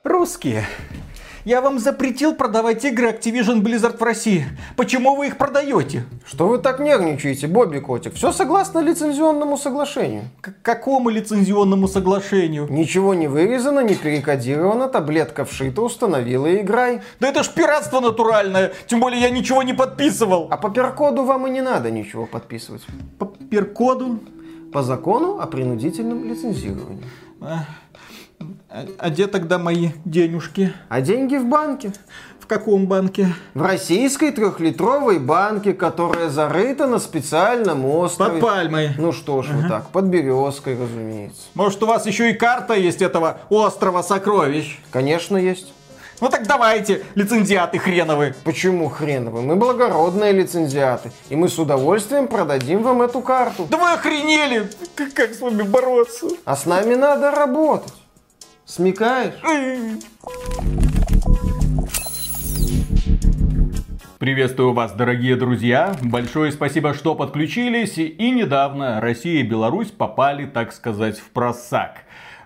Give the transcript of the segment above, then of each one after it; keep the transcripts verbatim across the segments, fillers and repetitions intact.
Русские, я вам запретил продавать игры Activision Blizzard в России. Почему вы их продаете? Что вы так нервничаете, Бобби Котик? Все согласно лицензионному соглашению. К какому лицензионному соглашению? Ничего не вырезано, не перекодировано, таблетка вшита, установила и играй. Да это ж пиратство натуральное, тем более я ничего не подписывал. А по перкоду вам и не надо ничего подписывать. По перкоду? По закону о принудительном лицензировании. А, а где тогда мои денежки? А деньги в банке. В каком банке? В российской трехлитровой банке, которая зарыта на специальном острове. Под пальмой. Ну что ж, ага. Вы так, под березкой, разумеется. Может, у вас еще и карта есть этого острова сокровищ? Конечно, есть. Ну так давайте, лицензиаты хреновы. Почему хреновы? Мы благородные лицензиаты. И мы с удовольствием продадим вам эту карту. Да вы охренели! Как, как с вами бороться? А с нами надо работать. Смекаешь? Приветствую вас, дорогие друзья. Большое спасибо, что подключились. И недавно Россия и Беларусь попали, так сказать, в просак.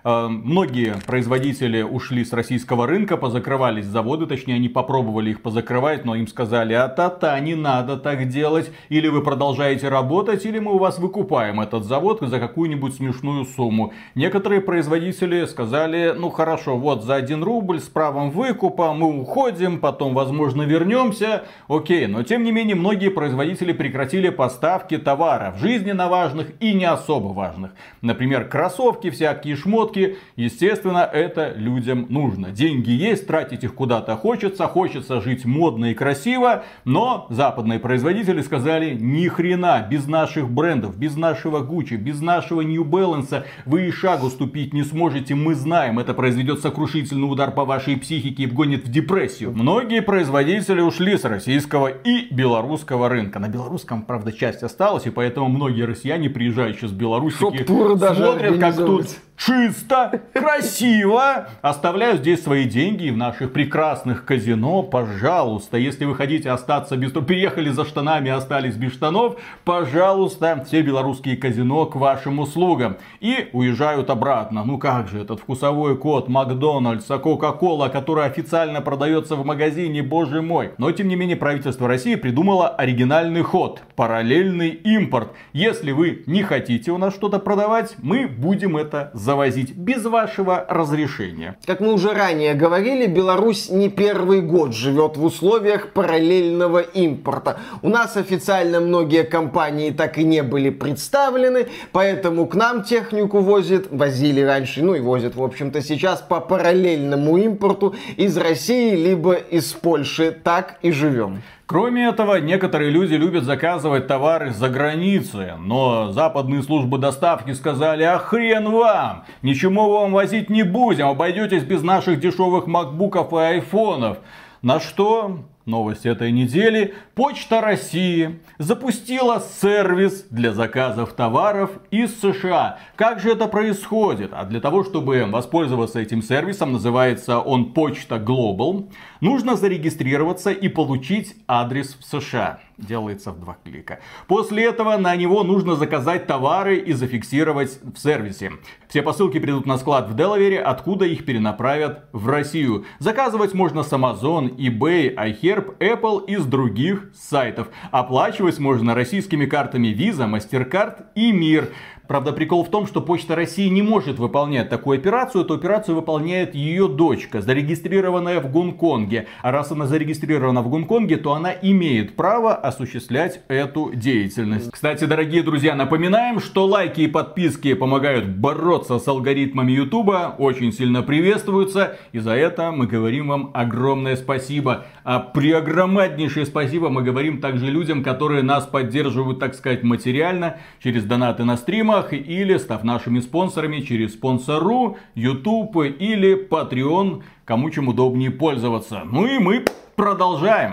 Многие производители ушли с российского рынка, позакрывались заводы, точнее они попробовали их позакрывать, но им сказали: а та-та, не надо так делать, или вы продолжаете работать, или мы у вас выкупаем этот завод за какую-нибудь смешную сумму. Некоторые производители сказали: ну хорошо, вот за один рубль с правом выкупа мы уходим, потом возможно вернемся, окей, но тем не менее многие производители прекратили поставки товаров, жизненно важных и не особо важных. Например, кроссовки, всякие шмотки. Естественно, это людям нужно. Деньги есть, тратить их куда-то хочется, хочется жить модно и красиво, но западные производители сказали: ни хрена, без наших брендов, без нашего Гуччи, без нашего New Balance вы и шагу ступить не сможете, мы знаем, это произведет сокрушительный удар по вашей психике и вгонит в депрессию. Многие производители ушли с российского и белорусского рынка. На белорусском, правда, часть осталась, и поэтому многие россияне, приезжающие с Беларуси, смотрят, как тут чисто, красиво, оставляю здесь свои деньги в наших прекрасных казино, пожалуйста. Если вы хотите остаться без... Переехали за штанами, остались без штанов, пожалуйста, все белорусские казино к вашим услугам. И уезжают обратно. Ну как же, этот вкусовой код Макдональдса, Кока-Кола, который официально продается в магазине, боже мой. Но тем не менее правительство России придумало оригинальный ход. Параллельный импорт. Если вы не хотите у нас что-то продавать, мы будем это завозить без вашего разрешения. Как мы уже ранее говорили, Беларусь не первый год живет в условиях параллельного импорта. У нас официально многие компании так и не были представлены, поэтому к нам технику возят, возили раньше, ну и возят, в общем-то, сейчас по параллельному импорту из России либо из Польши. Так и живем. Кроме этого, некоторые люди любят заказывать товары за границей, но западные службы доставки сказали: а хрен вам, ничего вам возить не будем, обойдетесь без наших дешевых макбуков и айфонов. На что... Новость этой недели. Почта России запустила сервис для заказов товаров из США. Как же это происходит? А для того, чтобы воспользоваться этим сервисом, называется он Почта Global, нужно зарегистрироваться и получить адрес в США. Делается в два клика. После этого на него нужно заказать товары и зафиксировать в сервисе. Все посылки придут на склад в Делавере, откуда их перенаправят в Россию. Заказывать можно с Amazon, eBay, iHerb, Apple и с других сайтов. Оплачивать можно российскими картами Visa, MasterCard и Мир. Правда, прикол в том, что Почта России не может выполнять такую операцию. Эту операцию выполняет ее дочка, зарегистрированная в Гонконге. А раз она зарегистрирована в Гонконге, то она имеет право осуществлять эту деятельность. Кстати, дорогие друзья, напоминаем, что лайки и подписки помогают бороться с алгоритмами Ютуба. Очень сильно приветствуются. И за это мы говорим вам огромное спасибо. А преогромаднейшее спасибо мы говорим также людям, которые нас поддерживают, так сказать, материально через донаты на стримах, или став нашими спонсорами через Спонсор.ру, YouTube или Patreon, кому чем удобнее пользоваться. Ну и мы продолжаем.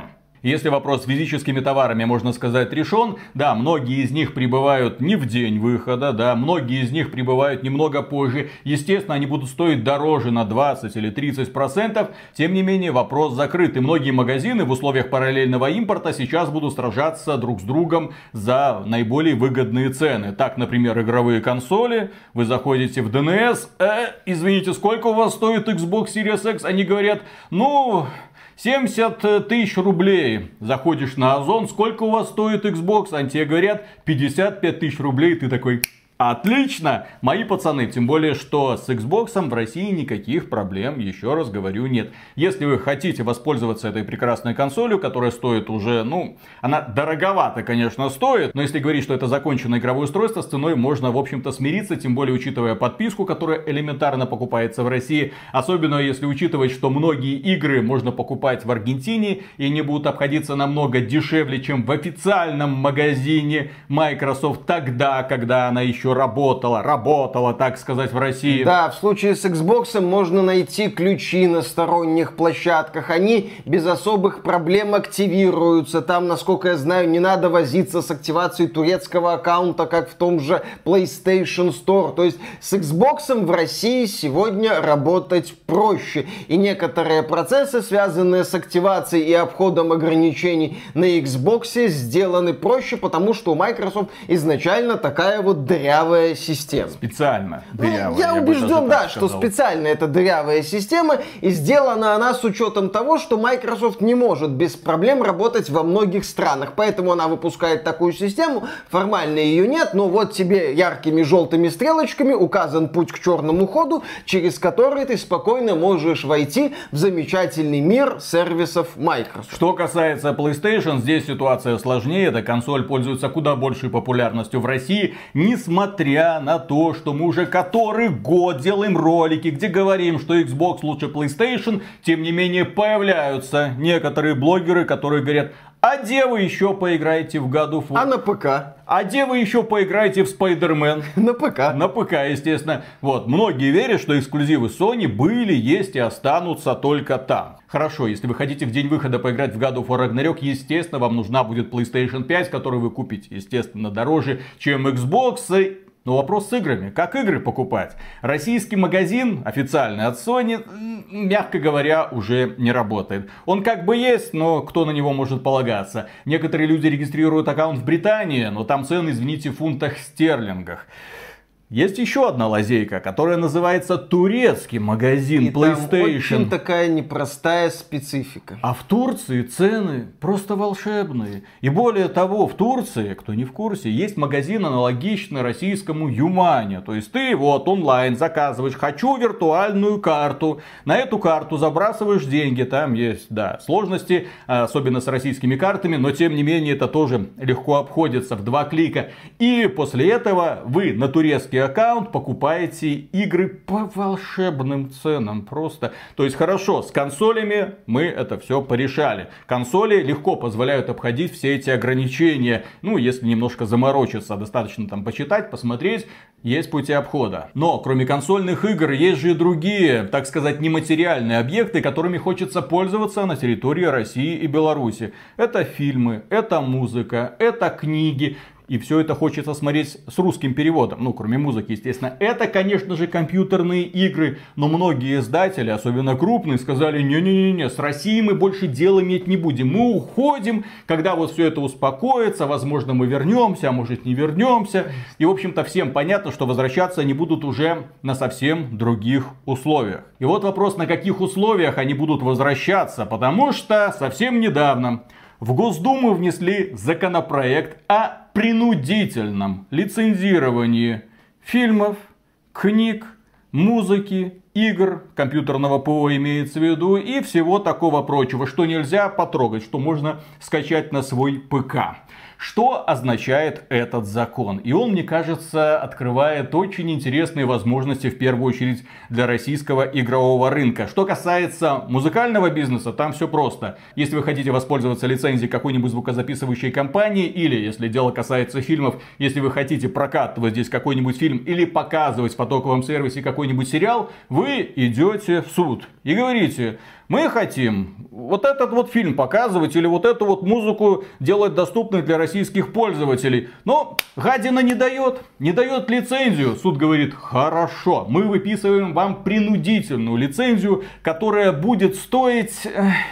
Если вопрос с физическими товарами, можно сказать, решен, да, многие из них прибывают не в день выхода, да, многие из них прибывают немного позже. Естественно, они будут стоить дороже на двадцать или тридцать процентов. Тем не менее, вопрос закрыт. И многие магазины в условиях параллельного импорта сейчас будут сражаться друг с другом за наиболее выгодные цены. Так, например, игровые консоли. Вы заходите в ди эн эс. Э, извините, сколько у вас стоит Xbox Series X? Они говорят, ну... семьдесят тысяч рублей. Заходишь на Озон, сколько у вас стоит Xbox? Они тебе говорят пятьдесят пять тысяч рублей. Ты такой... Отлично, мои пацаны, тем более, что с Xbox в России никаких проблем, еще раз говорю, нет. Если вы хотите воспользоваться этой прекрасной консолью, которая стоит уже, ну, она дороговато, конечно, стоит, но если говорить, что это законченное игровое устройство, с ценой можно, в общем-то, смириться, тем более, учитывая подписку, которая элементарно покупается в России, особенно если учитывать, что многие игры можно покупать в Аргентине, и они будут обходиться намного дешевле, чем в официальном магазине Microsoft тогда, когда она еще работала, работала, так сказать, в России. Да, в случае с Xbox можно найти ключи на сторонних площадках. Они без особых проблем активируются. Там, насколько я знаю, не надо возиться с активацией турецкого аккаунта, как в том же PlayStation Store. То есть с Xbox в России сегодня работать проще. И некоторые процессы, связанные с активацией и обходом ограничений на Xbox, сделаны проще, потому что у Microsoft изначально такая вот дырявая система. Специально дырявая. Ну, я, я убежден, да, что специально это дырявая система, и сделана она с учетом того, что Microsoft не может без проблем работать во многих странах. Поэтому она выпускает такую систему. Формально ее нет, но вот тебе яркими желтыми стрелочками указан путь к черному ходу, через который ты спокойно можешь войти в замечательный мир сервисов Microsoft. Что касается PlayStation, здесь ситуация сложнее. Эта консоль пользуется куда большей популярностью в России, несмотря Несмотря на то, что мы уже который год делаем ролики, где говорим, что Xbox лучше PlayStation, тем не менее появляются некоторые блогеры, которые говорят, а где вы еще поиграете в God of War? А на ПК? А где вы еще поиграете в Spider-Man? На ПК. На ПК, естественно. Вот, многие верят, что эксклюзивы Sony были, есть и останутся только там. Хорошо, если вы хотите в день выхода поиграть в God of War Ragnarok, естественно, вам нужна будет PlayStation пять, которую вы купите, естественно, дороже, чем Xbox. Но вопрос с играми. Как игры покупать? Российский магазин, официальный от Sony, мягко говоря, уже не работает. Он как бы есть, но кто на него может полагаться? Некоторые люди регистрируют аккаунт в Британии, но там цены, извините, в фунтах стерлингах. Есть еще одна лазейка, которая называется турецкий магазин и PlayStation. Там очень такая непростая специфика. А в Турции цены просто волшебные. И более того, в Турции, кто не в курсе, есть магазин аналогичный российскому Юмане. То есть ты вот онлайн заказываешь, хочу виртуальную карту. На эту карту забрасываешь деньги. Там есть, да, сложности, особенно с российскими картами. Но тем не менее это тоже легко обходится в два клика. И после этого вы на турецкий аккаунт покупаете игры по волшебным ценам просто. То есть хорошо, с консолями мы это все порешали. Консоли легко позволяют обходить все эти ограничения. Ну, если немножко заморочиться, достаточно там почитать, посмотреть, есть пути обхода. Но кроме консольных игр есть же и другие, так сказать, нематериальные объекты, которыми хочется пользоваться на территории России и Беларуси. Это фильмы, это музыка, это книги. И все это хочется смотреть с русским переводом. Ну, кроме музыки, естественно. Это, конечно же, компьютерные игры. Но многие издатели, особенно крупные, сказали, не-не-не, с Россией мы больше дела иметь не будем. Мы уходим, когда вот все это успокоится. Возможно, мы вернемся, а может не вернемся. И, в общем-то, всем понятно, что возвращаться они будут уже на совсем других условиях. И вот вопрос, на каких условиях они будут возвращаться. Потому что совсем недавно в Госдуму внесли законопроект о принудительном лицензировании фильмов, книг, музыки, игр, компьютерного ПО имеется в виду, и всего такого прочего, что нельзя потрогать, что можно скачать на свой ПК. Что означает этот закон? И он, мне кажется, открывает очень интересные возможности, в первую очередь, для российского игрового рынка. Что касается музыкального бизнеса, там все просто. Если вы хотите воспользоваться лицензией какой-нибудь звукозаписывающей компании, или, если дело касается фильмов, если вы хотите прокатывать здесь какой-нибудь фильм, или показывать в потоковом сервисе какой-нибудь сериал, вы идете в суд и говорите: Мы хотим вот этот вот фильм показывать или вот эту вот музыку делать доступной для российских пользователей. Но гадина не дает, не дает лицензию. Суд говорит, хорошо, мы выписываем вам принудительную лицензию, которая будет стоить...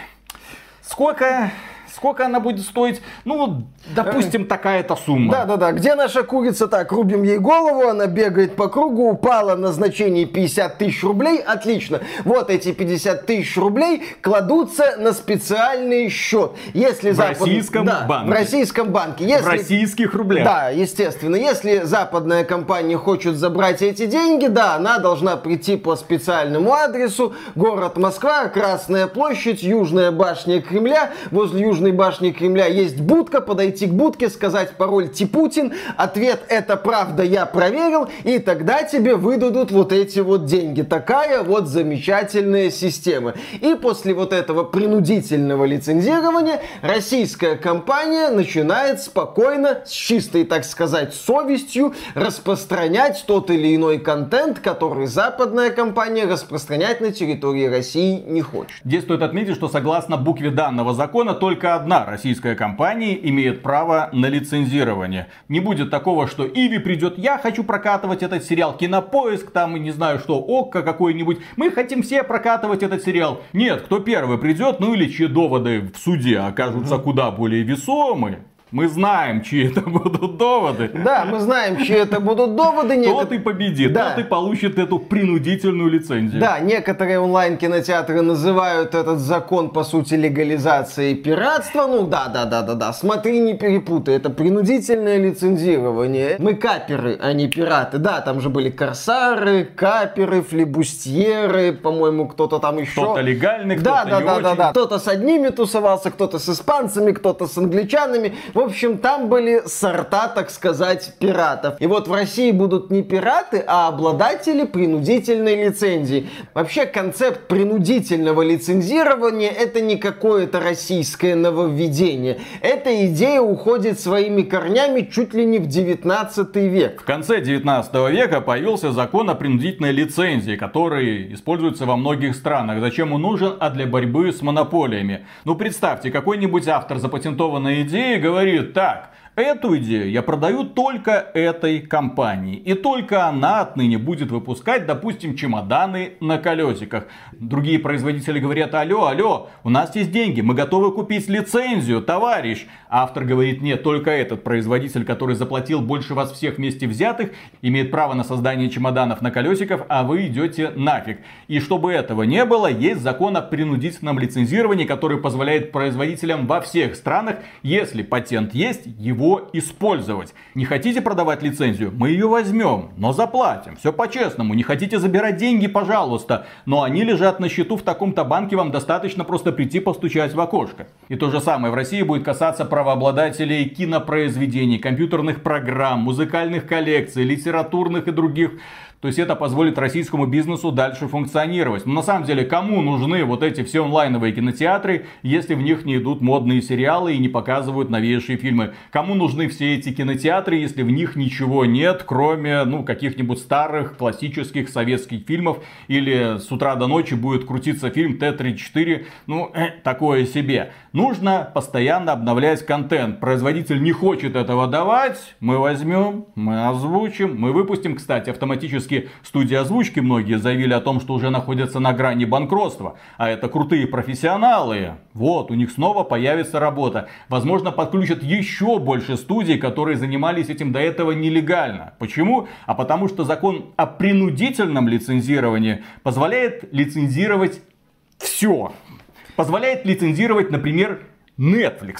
Сколько... Сколько она будет стоить? Ну, допустим, такая-то сумма. Да-да-да. Где наша курица? Так, рубим ей голову, она бегает по кругу, упала на значение пятьдесят тысяч рублей. Отлично. Вот эти пятьдесят тысяч рублей кладутся на специальный счет. Если в запад... российском да, банке. В российском банке. Если... В российских рублях. Да, естественно. Если западная компания хочет забрать эти деньги, да, она должна прийти по специальному адресу. Город Москва, Красная площадь, Южная башня Кремля. Возле Южной башни Кремля есть будка, подойти к будке, сказать пароль Типутин, ответ это правда, я проверил, и тогда тебе выдадут вот эти вот деньги. Такая вот замечательная система. И после вот этого принудительного лицензирования российская компания начинает спокойно, с чистой, так сказать, совестью распространять тот или иной контент, который западная компания распространять на территории России не хочет. Здесь стоит отметить, что согласно букве данного закона только одна российская компания имеет право на лицензирование. Не будет такого, что Иви придет, я хочу прокатывать этот сериал, Кинопоиск, там, и не знаю что, ОККО какой-нибудь. Мы хотим все прокатывать этот сериал. Нет, кто первый придет, ну или чьи доводы в суде окажутся куда более весомые. Мы знаем, чьи это будут доводы. Да, мы знаем, чьи это будут доводы. Некотор... Тот и победит, да. Тот и получит эту принудительную лицензию. Да, некоторые онлайн-кинотеатры называют этот закон, по сути, легализацией пиратства. Ну да, да, да, да, да. Смотри, не перепутай. Это принудительное лицензирование. Мы каперы, а не пираты. Да, там же были корсары, каперы, флибустьеры, по-моему, кто-то там еще. Кто-то легальный, да, кто-то да, не да, очень. Да, да, кто-то с одними тусовался, кто-то с испанцами, кто-то с англичанами. В общем, там были сорта, так сказать, пиратов. И вот в России будут не пираты, а обладатели принудительной лицензии. Вообще, концепт принудительного лицензирования — это не какое-то российское нововведение. Эта идея уходит своими корнями чуть ли не в девятнадцатый век. В конце девятнадцатого века появился закон о принудительной лицензии, который используется во многих странах. Зачем он нужен? А для борьбы с монополиями. Ну, представьте, какой-нибудь автор запатентованной идеи говорит: так, эту идею я продаю только этой компании. И только она отныне будет выпускать, допустим, чемоданы на колесиках. Другие производители говорят: алло, алло, у нас есть деньги, мы готовы купить лицензию, товарищ. Автор говорит: нет, только этот производитель, который заплатил больше вас всех вместе взятых, имеет право на создание чемоданов на колесиках, а вы идете нафиг. И чтобы этого не было, есть закон о принудительном лицензировании, который позволяет производителям во всех странах, если патент есть, его использовать. Не хотите продавать лицензию? Мы ее возьмем, но заплатим. Все по-честному. Не хотите забирать деньги? Пожалуйста. Но они лежат на счету в таком-то банке, вам достаточно просто прийти постучать в окошко. И то же самое в России будет касаться правообладателей кинопроизведений, компьютерных программ, музыкальных коллекций, литературных и других. То есть это позволит российскому бизнесу дальше функционировать. Но на самом деле, кому нужны вот эти все онлайновые кинотеатры, если в них не идут модные сериалы и не показывают новейшие фильмы? Кому нужны все эти кинотеатры, если в них ничего нет, кроме ну, каких-нибудь старых классических советских фильмов? Или с утра до ночи будет крутиться фильм Т тридцать четыре? Ну, э, такое себе. Нужно постоянно обновлять контент. Производитель не хочет этого давать. Мы возьмем, мы озвучим, мы выпустим. Кстати, автоматически студии озвучки многие заявили о том, что уже находятся на грани банкротства. А это крутые профессионалы. Вот, у них снова появится работа. Возможно, подключат еще больше студий, которые занимались этим до этого нелегально. Почему? А потому что закон о принудительном лицензировании позволяет лицензировать все. Позволяет лицензировать, например, Netflix.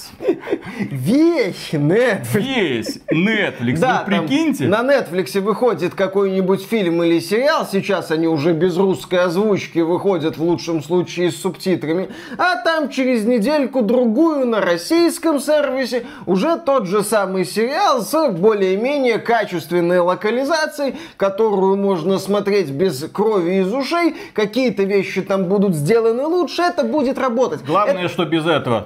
Весь Netflix. Весь Netflix. Да, вы прикиньте. На Netflix выходит какой-нибудь фильм или сериал. Сейчас они уже без русской озвучки выходят, в лучшем случае с субтитрами. А там через недельку-другую на российском сервисе уже тот же самый сериал с более-менее качественной локализацией, которую можно смотреть без крови из ушей. Какие-то вещи там будут сделаны лучше, это будет работать. Главное, это... что без этого. Тум-тум.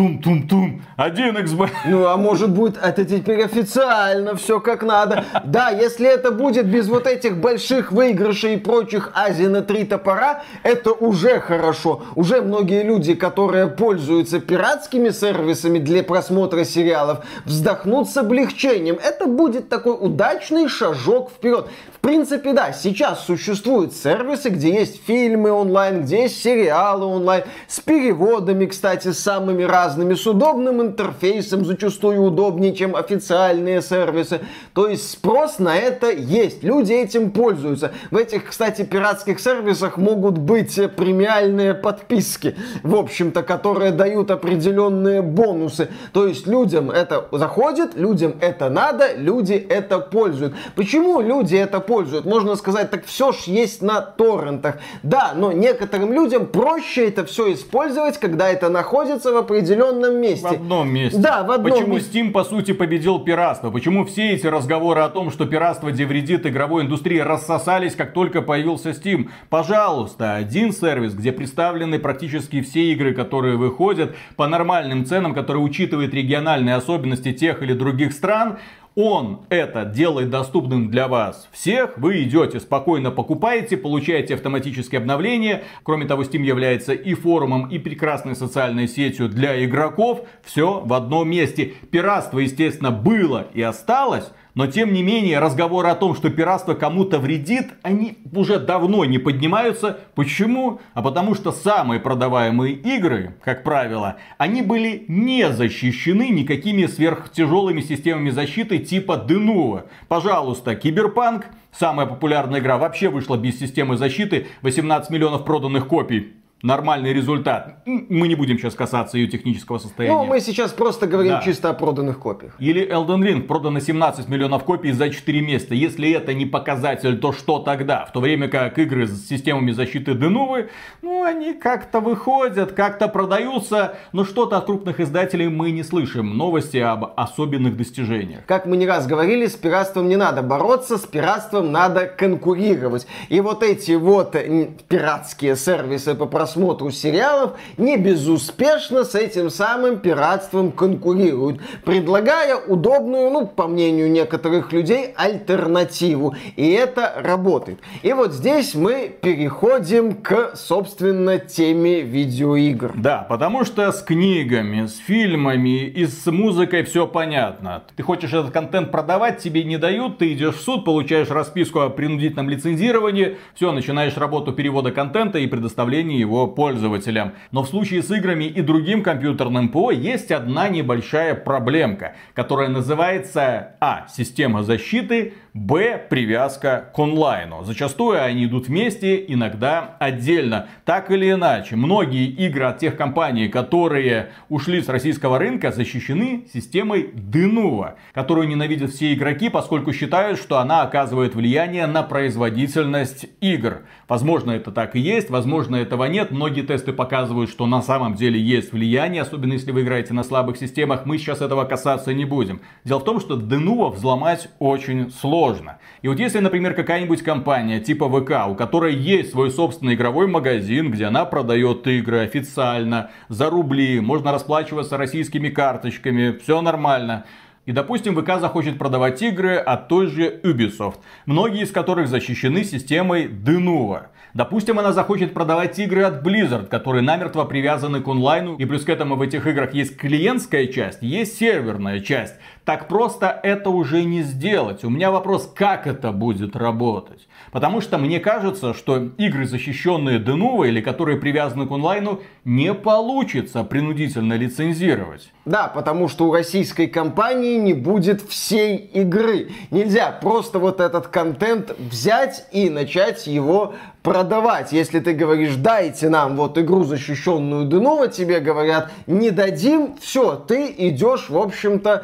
тум-тум-тум-тум. один икс бэ. Ну, а может быть, это теперь официально все как надо. Да, если это будет без вот этих больших выигрышей и прочих Азии на три топора, это уже хорошо. Уже многие люди, которые пользуются пиратскими сервисами для просмотра сериалов, вздохнут с облегчением. Это будет такой удачный шажок вперед. В принципе, да, сейчас существуют сервисы, где есть фильмы онлайн, где есть сериалы онлайн, с переводами, кстати, с самыми разными, с удобным интерфейсом, зачастую удобнее, чем официальные сервисы. То есть спрос на это есть, люди этим пользуются. В этих, кстати, пиратских сервисах могут быть премиальные подписки, в общем-то, которые дают определенные бонусы. То есть людям это заходит, людям это надо, люди это пользуют. Почему люди это пользуют? Пользуют. Можно сказать, так все ж есть на торрентах. Да, но некоторым людям проще это все использовать, когда это находится в определенном месте. В одном месте. Да, в одном Почему месте. Steam, по сути, победил пиратство? Почему все эти разговоры о том, что пиратство вредит игровой индустрии, рассосались, как только появился Steam? Пожалуйста, один сервис, где представлены практически все игры, которые выходят по нормальным ценам, который учитывает региональные особенности тех или других стран, он это делает доступным для вас всех. Вы идете, спокойно покупаете, получаете автоматические обновления. Кроме того, Steam является и форумом, и прекрасной социальной сетью для игроков. Все в одном месте. Пиратство, естественно, было и осталось. Но, тем не менее, разговоры о том, что пиратство кому-то вредит, они уже давно не поднимаются. Почему? А потому что самые продаваемые игры, как правило, они были не защищены никакими сверхтяжелыми системами защиты типа Denuvo. Пожалуйста, Киберпанк, самая популярная игра, вообще вышла без системы защиты, восемнадцать миллионов проданных копий. Нормальный результат. Мы не будем сейчас касаться ее технического состояния. Ну, мы сейчас просто говорим Да. чисто о проданных копиях. Или Elden Ring, продано семнадцать миллионов копий за четыре месяца. Если это не показатель, то что тогда? В то время как игры с системами защиты Denuvo, ну, они как-то выходят, как-то продаются, но что-то от крупных издателей мы не слышим. Новости об особенных достижениях. Как мы не раз говорили, с пиратством не надо бороться, с пиратством надо конкурировать. И вот эти вот пиратские сервисы по просмотру сериалов не безуспешно с этим самым пиратством конкурируют, предлагая удобную, ну, по мнению некоторых людей, альтернативу. И это работает. И вот здесь мы переходим к, собственно, теме видеоигр. Да, потому что с книгами, с фильмами и с музыкой все понятно. Ты хочешь этот контент продавать, тебе не дают, ты идешь в суд, получаешь расписку о принудительном лицензировании, все, начинаешь работу перевода контента и предоставления его пользователям. Но в случае с играми и другим компьютерным ПО есть одна небольшая проблемка, которая называется а. Система защиты, б. Привязка к онлайну. Зачастую они идут вместе, иногда отдельно. Так или иначе, многие игры от тех компаний, которые ушли с российского рынка, защищены системой Denuvo, которую ненавидят все игроки, поскольку считают, что она оказывает влияние на производительность игр. Возможно, это так и есть, возможно, этого нет. Многие тесты показывают, что на самом деле есть влияние, особенно если вы играете на слабых системах. Мы сейчас этого касаться не будем. Дело в том, что Denuvo взломать очень сложно. И вот если, например, какая-нибудь компания типа ВК, у которой есть свой собственный игровой магазин, где она продает игры официально, за рубли, можно расплачиваться российскими карточками, все нормально. И, допустим, ВК захочет продавать игры от той же Ubisoft, многие из которых защищены системой Denuvo. Допустим, она захочет продавать игры от Blizzard, которые намертво привязаны к онлайну. И плюс к этому в этих играх есть клиентская часть, есть серверная часть. Так просто это уже не сделать. У меня вопрос, как это будет работать? Потому что мне кажется, что игры, защищенные Denuvo или которые привязаны к онлайну, не получится принудительно лицензировать. Да, потому что у российской компании не будет всей игры. Нельзя просто вот этот контент взять и начать его продавать. Если ты говоришь, дайте нам вот игру, защищенную Denuvo, тебе говорят, не дадим, все, ты идешь, в общем-то, нахрен.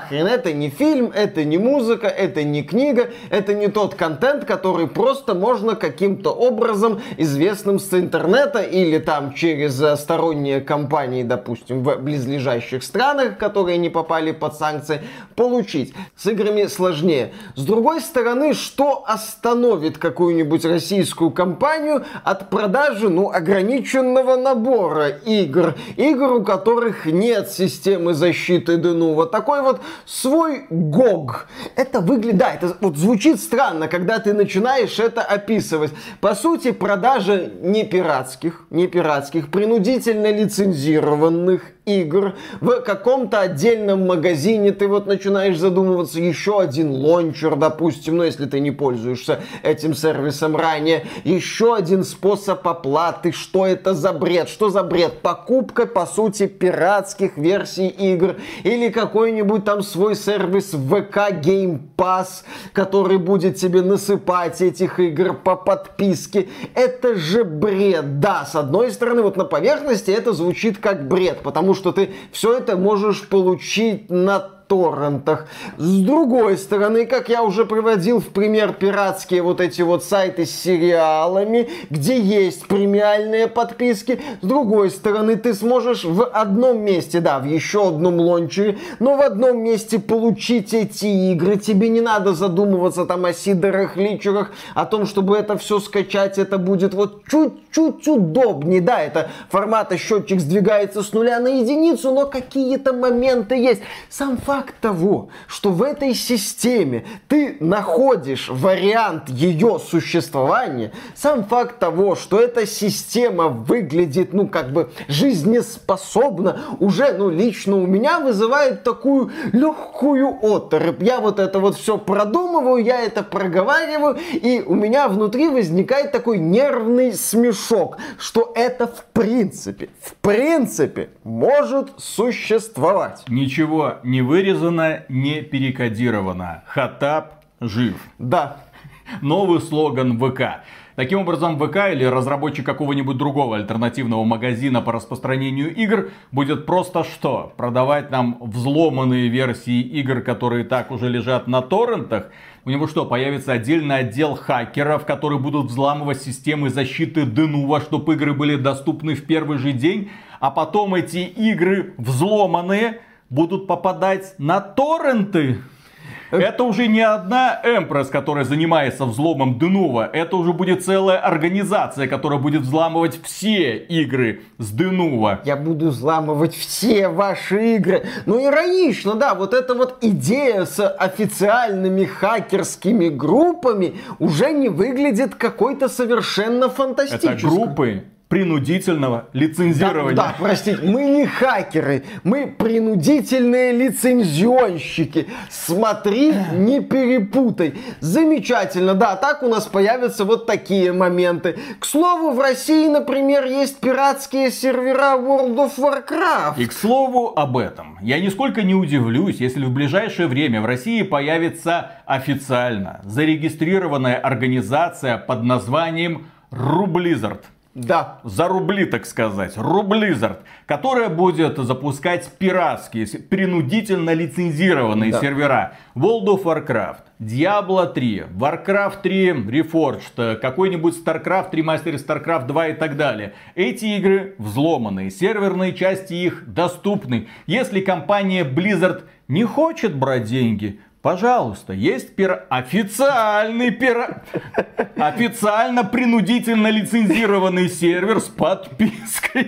нахрен. Это не фильм, это не музыка, это не книга, это не тот контент, который просто можно каким-то образом, известным с интернета или там через сторонние компании, допустим, в близлежащих странах, которые не попали под санкции, получить. С играми сложнее. С другой стороны, что остановит какую-нибудь российскую компанию от продажи, ну, ограниченного набора игр? Игр, у которых нет системы защиты ди эн ю. Вот такой вот свой гог. Это выглядит, да, это вот звучит странно, когда ты начинаешь это описывать. По сути, продажа не пиратских, не пиратских, принудительно лицензированных игр в каком-то отдельном магазине. Ты вот начинаешь задумываться, еще один лончер, допустим, ну, если ты не пользуешься этим сервисом ранее, еще один способ оплаты. Что это за бред? Что за бред? Покупка, по сути, пиратских версий игр или какой-нибудь там свой сервис ви кей Game Pass, который будет тебе насыпать этих игр по подписке. Это же бред. Да, с одной стороны, вот на поверхности это звучит как бред, потому что ты все это можешь получить на торрентах. С другой стороны, как я уже приводил в пример пиратские вот эти вот сайты с сериалами, где есть премиальные подписки, с другой стороны, ты сможешь в одном месте, да, в еще одном лончере, но в одном месте получить эти игры. Тебе не надо задумываться там о сидорах, личерах, о том, чтобы это все скачать, это будет вот чуть-чуть удобнее. Да, это формата счетчик сдвигается с нуля на единицу, но какие-то моменты есть. Сам факт того, что в этой системе ты находишь вариант ее существования, сам факт того, что эта система выглядит, ну, как бы жизнеспособно, уже, ну, лично у меня вызывает такую легкую оторопь. Я вот это вот все продумываю, я это проговариваю, и у меня внутри возникает такой нервный смешок, что это в принципе, в принципе может существовать. Ничего не вырезано, не перекодировано. Хаттаб жив. Да. Новый слоган ВК. Таким образом, ВК или разработчик какого-нибудь другого альтернативного магазина по распространению игр будет просто что? Продавать нам взломанные версии игр, которые так уже лежат на торрентах? У него что, появится отдельный отдел хакеров, которые будут взламывать системы защиты ди эн ю, чтобы игры были доступны в первый же день? А потом эти игры взломанные будут попадать на торренты? Это уже не одна Эмпресс, которая занимается взломом ди эн ю. Это уже будет целая организация, которая будет взламывать все игры с ди эн ю. Я буду взламывать все ваши игры. Ну, иронично, да, вот эта вот идея с официальными хакерскими группами уже не выглядит какой-то совершенно фантастической. Это группы принудительного лицензирования. Да, да, простите, мы не хакеры, мы принудительные лицензионщики. Смотри, не перепутай. Замечательно, да, так у нас появятся вот такие моменты. К слову, в России, например, есть пиратские сервера World of Warcraft. И к слову об этом, я нисколько не удивлюсь, если в ближайшее время в России появится официально зарегистрированная организация под названием Рублизард. Да. За рубли, так сказать. Рублизард, которая будет запускать пиратские, принудительно лицензированные да. сервера World of Warcraft, Diablo три, Warcraft три Reforged, какой-нибудь StarCraft, ремастер StarCraft два и так далее. Эти игры взломанные, серверные части их доступны. Если компания Blizzard не хочет брать деньги, пожалуйста, есть пир... официальный пир... официально принудительно лицензированный сервер с подпиской.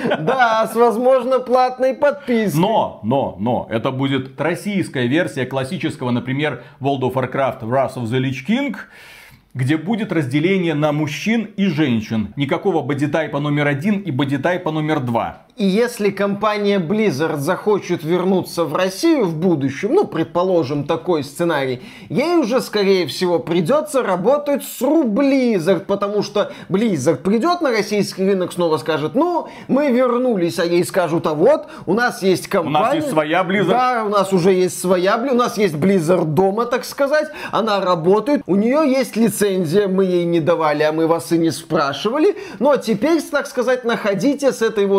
Да, с, возможно, платной подпиской. Но, но, но, это будет российская версия классического, например, World of Warcraft Wrath of the Lich King, где будет разделение на мужчин и женщин. Никакого бодитайпа номер один и бодитайпа номер два. И если компания Blizzard захочет вернуться в Россию в будущем, ну, предположим, такой сценарий, ей уже, скорее всего, придется работать с Рублизард, потому что Blizzard придет на российский рынок, снова скажет, ну, мы вернулись, а ей скажут, а вот, у нас есть компания... У нас есть своя Blizzard. Да, у нас уже есть своя Blizzard, у нас есть Blizzard дома, так сказать, она работает, у нее есть лицензия, мы ей не давали, а мы вас и не спрашивали, но теперь, так сказать, находите с этой вот Рублизард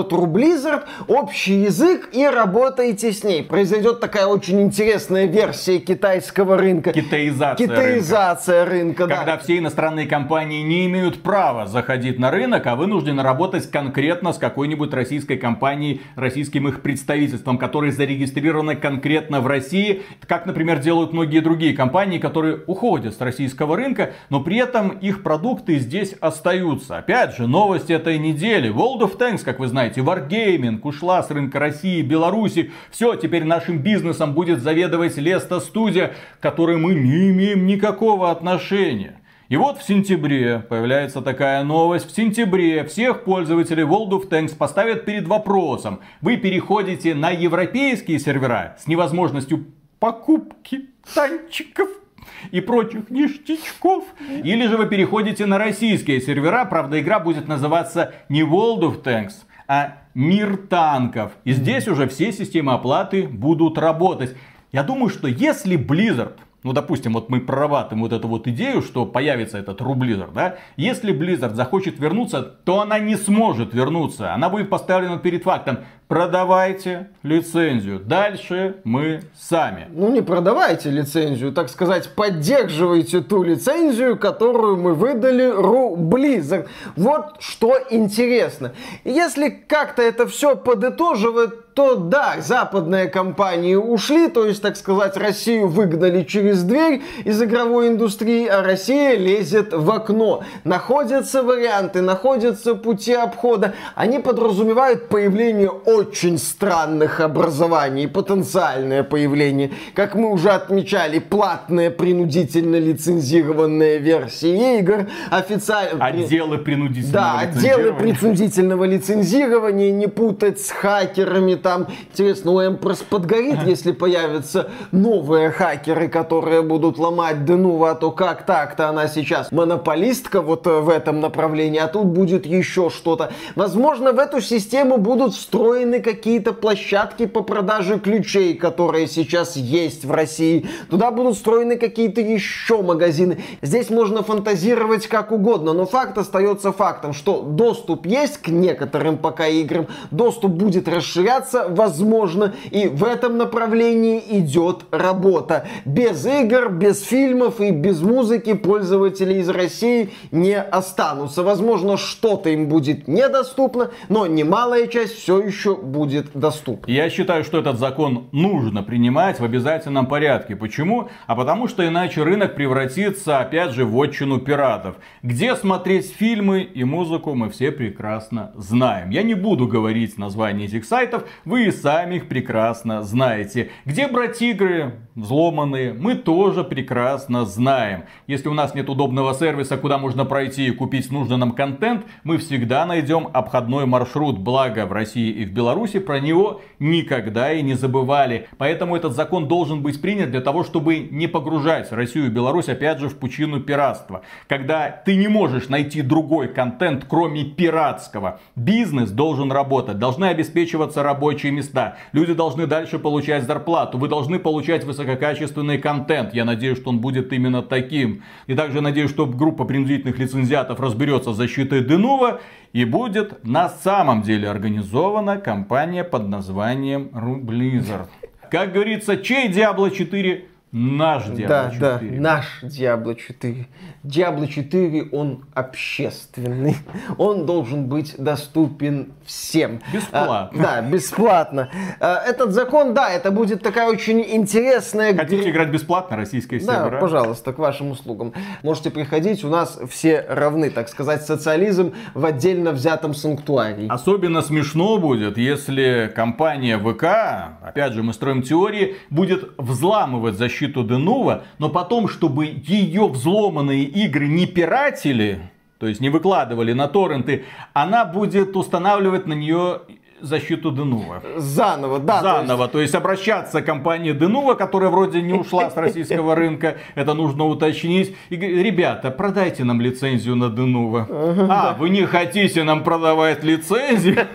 Blizzard общий язык и работаете с ней. Произойдет такая очень интересная версия китайского рынка. Китаизация, Китаизация рынка. рынка Когда да. все иностранные компании не имеют права заходить на рынок, а вынуждены работать конкретно с какой-нибудь российской компанией, российским их представительством, которые зарегистрированы конкретно в России, как, например, делают многие другие компании, которые уходят с российского рынка, но при этом их продукты здесь остаются. Опять же, новости этой недели. World of Tanks, как вы знаете, Wargaming ушла с рынка России, Беларуси. Все, теперь нашим бизнесом будет заведовать Леста Студия, к которой мы не имеем никакого отношения. И вот в сентябре появляется такая новость. В сентябре всех пользователей World of Tanks поставят перед вопросом. Вы переходите на европейские сервера с невозможностью покупки танчиков и прочих ништячков. Или же вы переходите на российские сервера. Правда, игра будет называться не World of Tanks, а Мир танков. И здесь уже все системы оплаты будут работать. Я думаю, что если Blizzard... Ну, допустим, вот мы прорабатываем вот эту вот идею, что появится этот True Blizzard, да? Если Blizzard захочет вернуться, то она не сможет вернуться. Она будет поставлена перед фактом. Продавайте лицензию. Дальше мы сами. Ну, не продавайте лицензию, так сказать, поддерживайте ту лицензию, которую мы выдали True Blizzard. Вот что интересно. Если как-то это все подытоживать, то да, западные компании ушли, то есть, так сказать, Россию выгнали через дверь из игровой индустрии, а Россия лезет в окно. Находятся варианты, находятся пути обхода. Они подразумевают появление очень странных образований, потенциальное появление. Как мы уже отмечали, платные принудительно лицензированные версии игр, официально... Отделы принудительного да, лицензирования. отделы принудительного лицензирования, не путать с хакерами. Там, интересно, у Эмпресс подгорит, если появятся новые хакеры, которые будут ломать Denuvo, а то как так-то она сейчас монополистка вот в этом направлении, а тут будет еще что-то. Возможно, в эту систему будут встроены какие-то площадки по продаже ключей, которые сейчас есть в России. Туда будут встроены какие-то еще магазины. Здесь можно фантазировать как угодно, но факт остается фактом, что доступ есть к некоторым пока играм, доступ будет расширяться, возможно, и в этом направлении идет работа. Без игр, без фильмов и без музыки пользователи из России не останутся. Возможно, что-то им будет недоступно, но немалая часть все еще будет доступна. Я считаю, что этот закон нужно принимать в обязательном порядке. Почему? А потому что иначе рынок превратится опять же в отчину пиратов. Где смотреть фильмы и музыку, мы все прекрасно знаем. Я не буду говорить названия этих сайтов, вы и сами их прекрасно знаете. Где брать игры взломанные, мы тоже прекрасно знаем. Если у нас нет удобного сервиса, куда можно пройти и купить нужный нам контент, мы всегда найдем обходной маршрут. Благо в России и в Беларуси про него никогда и не забывали. Поэтому этот закон должен быть принят для того, чтобы не погружать Россию и Беларусь опять же в пучину пиратства. Когда ты не можешь найти другой контент, кроме пиратского. Бизнес должен работать, должны обеспечиваться рабочие места. Люди должны дальше получать зарплату. Вы должны получать высококачественный контент. Я надеюсь, что он будет именно таким. И также надеюсь, что группа принудительных лицензиатов разберется с защитой Denuvo. И будет на самом деле организована компания под названием True Blizzard. Как говорится, чей Diablo четыре? Наш Diablo четыре. Да, да, наш Diablo четыре. Diablo четыре, он общественный. Он должен быть доступен всем. Бесплатно. А, да, бесплатно. А, этот закон, да, это будет такая очень интересная... Хотите играть бесплатно, российская сервера? Да, пожалуйста, к вашим услугам. Можете приходить, у нас все равны, так сказать, социализм в отдельно взятом санктуарии. Особенно смешно будет, если компания ВК, опять же мы строим теории, будет взламывать защиту Denuvo, но потом, чтобы ее взломанные игры не пиратили, то есть не выкладывали на торренты, она будет устанавливать на нее защиту Denuvo. Заново, да. Заново, то есть... то есть обращаться к компании Denuvo, которая вроде не ушла с российского рынка, это нужно уточнить. И говорить: ребята, продайте нам лицензию на Denuvo. А, вы не хотите нам продавать лицензию?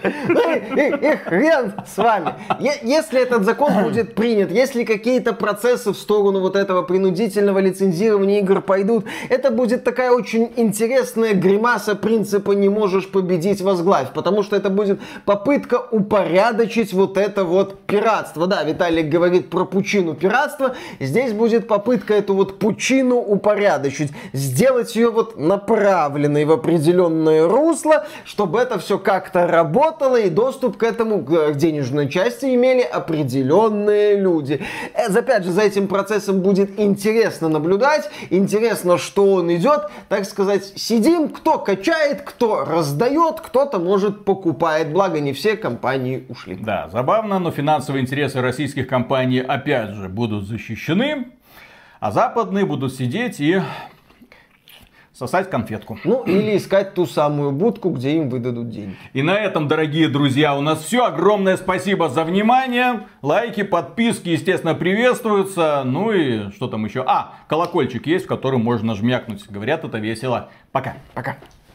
И хрен с вами. Если этот закон будет принят, если какие-то процессы в сторону вот этого принудительного лицензирования игр пойдут, это будет такая очень интересная гримаса принципа «не можешь победить, возглавь», потому что это будет попытка попытка упорядочить вот это вот пиратство. Да, Виталик говорит про пучину пиратства. Здесь будет попытка эту вот пучину упорядочить. Сделать ее вот направленной в определенное русло, чтобы это все как-то работало и доступ к этому, к денежной части имели определенные люди. Опять же, за этим процессом будет интересно наблюдать. Интересно, что он идет. Так сказать, сидим, кто качает, кто раздает, кто-то, может, покупает. Благо, не все компании ушли. Да, забавно, но финансовые интересы российских компаний опять же будут защищены, а западные будут сидеть и сосать конфетку. Ну, или искать ту самую будку, где им выдадут деньги. И на этом, дорогие друзья, у нас все. Огромное спасибо за внимание. Лайки, подписки, естественно, приветствуются. Ну и что там еще? А, колокольчик есть, в который можно жмякнуть. Говорят, это весело. Пока. Пока.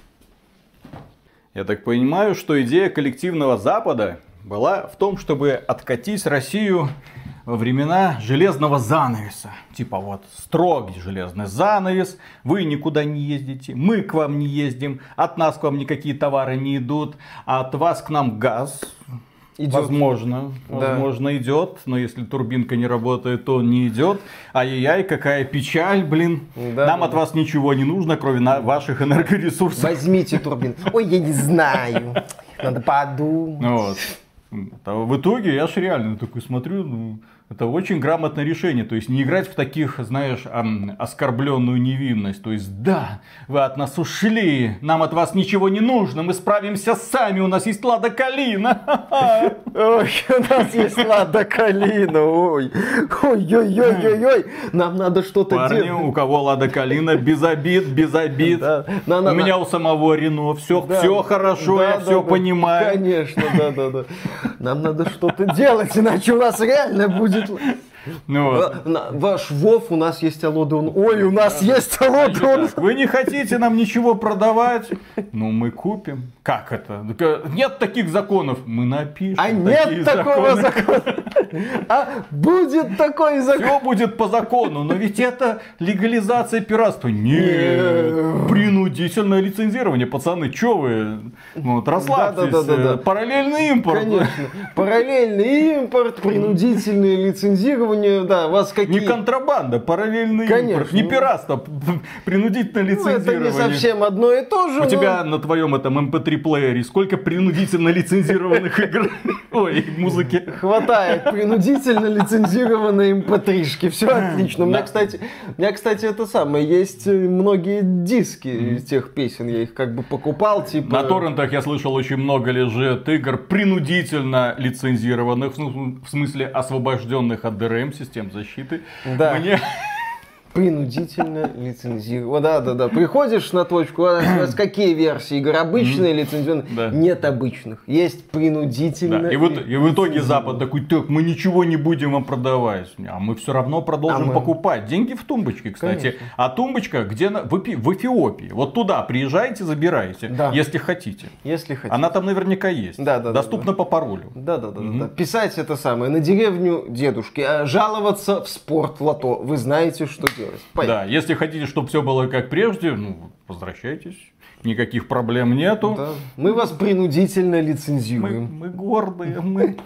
Я так понимаю, что идея коллективного Запада была в том, чтобы откатить Россию во времена железного занавеса. Типа вот строгий железный занавес, вы никуда не ездите, мы к вам не ездим, от нас к вам никакие товары не идут, а от вас к нам газ. Идет. Возможно, да. возможно идет, но если турбинка не работает, то он не идет. Ай-яй-яй, какая печаль, блин. Да, Нам да. от вас ничего не нужно, кроме на ваших энергоресурсов. Возьмите турбинку. Ой, я не знаю, надо подумать. Вот. В итоге я ж реально такой смотрю, ну, это очень грамотное решение. То есть не играть в таких, знаешь, оскорбленную невинность. То есть да, вы от нас ушли, нам от вас ничего не нужно, мы справимся сами, у нас есть Лада Калина. Ой, у нас есть Лада Калина, ой, ой-ой-ой-ой-ой, нам надо что-то делать. Парни, у кого Лада Калина, без обид, без обид. Да. На, на, у на. меня у самого Рено, все, да. все хорошо, да, я да, все да. понимаю. Конечно, да-да-да. Нам надо что-то делать, иначе у нас реально будет... Ну, вот. Ваш Вов, у нас есть Алодон. Ой, у нас да, есть Алодон. Вы не хотите нам ничего продавать? Ну, мы купим. Как это? Нет таких законов. Мы напишем. А нет такого закона. А будет такой закон. Все будет по закону. Но ведь это легализация пиратства. Нет. Принудительное лицензирование. Пацаны, что вы? Вот, расслабьтесь. Да, да, да, да. Параллельный импорт. Конечно. Параллельный импорт, принудительное лицензирование. Да, вас какие... Не контрабанда, параллельный Конечно. импорт, не пиратство, принудительное лицензирование. Ну, это не совсем одно и то же. У но... тебя на твоем этом эм пэ три плеере сколько принудительно лицензированных игр? Ой, музыки. Хватает принудительно лицензированной эм пэ три-шки. Все отлично. У меня, кстати, у меня, кстати, это самое. Есть многие диски из тех песен. Я их как бы покупал. Типа... На торрентах я слышал очень много лежит игр принудительно лицензированных, в смысле освобожденных от ди ар эм систем защиты. Да. Мне... Принудительно лицензировать. Да, да, да. Приходишь на точку, у нас какие версии игр? Обычные mm-hmm. лицензионные? Да. Нет обычных. Есть принудительно. Да. И, вот, и в итоге Запад такой, так, мы ничего не будем вам продавать. А мы все равно продолжим а мы... покупать. Деньги в тумбочке, кстати. Конечно. А тумбочка где? На... В, Эпи... в Эфиопии. Вот туда приезжайте, забирайте. Да. Если хотите. Если хотите. Она там наверняка есть. Да, да, Доступна да, по паролю. Да, да, да, mm-hmm. да. Писать это самое на деревню дедушки. А жаловаться в спорт лото. Вы знаете, что делать. Поехали. Да, если хотите, чтобы все было как прежде, ну, возвращайтесь. Никаких проблем нету. Да. Мы вас принудительно лицензируем. Мы, мы гордые, мы...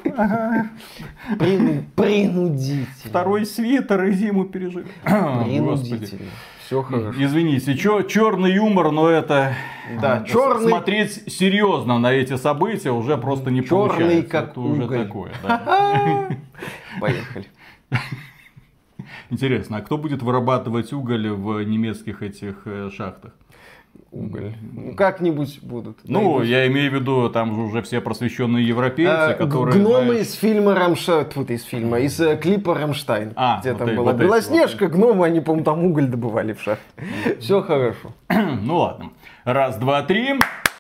Прину... Принудительно. Второй свитер и зиму пережили. Принудительно. Все хорошо. Извините, чё, черный юмор, но это... Да, черный... Смотреть серьезно на эти события уже просто не черный получается. Черный как это уголь. Уже такое, да. Поехали. Интересно, а кто будет вырабатывать уголь в немецких этих шахтах? Уголь. Ну, как-нибудь будут. Ну, найдут. Я имею в виду, там же уже все просвещенные европейцы, а, которые... Гномы знаешь... из фильма Рамштайн, вот из фильма, из э, клипа Рамштайн. А, где вот там и, была вот Белоснежка, вот гномы, они, по-моему, там уголь добывали в шахте. Все хорошо. Ну ладно. Раз, два, три...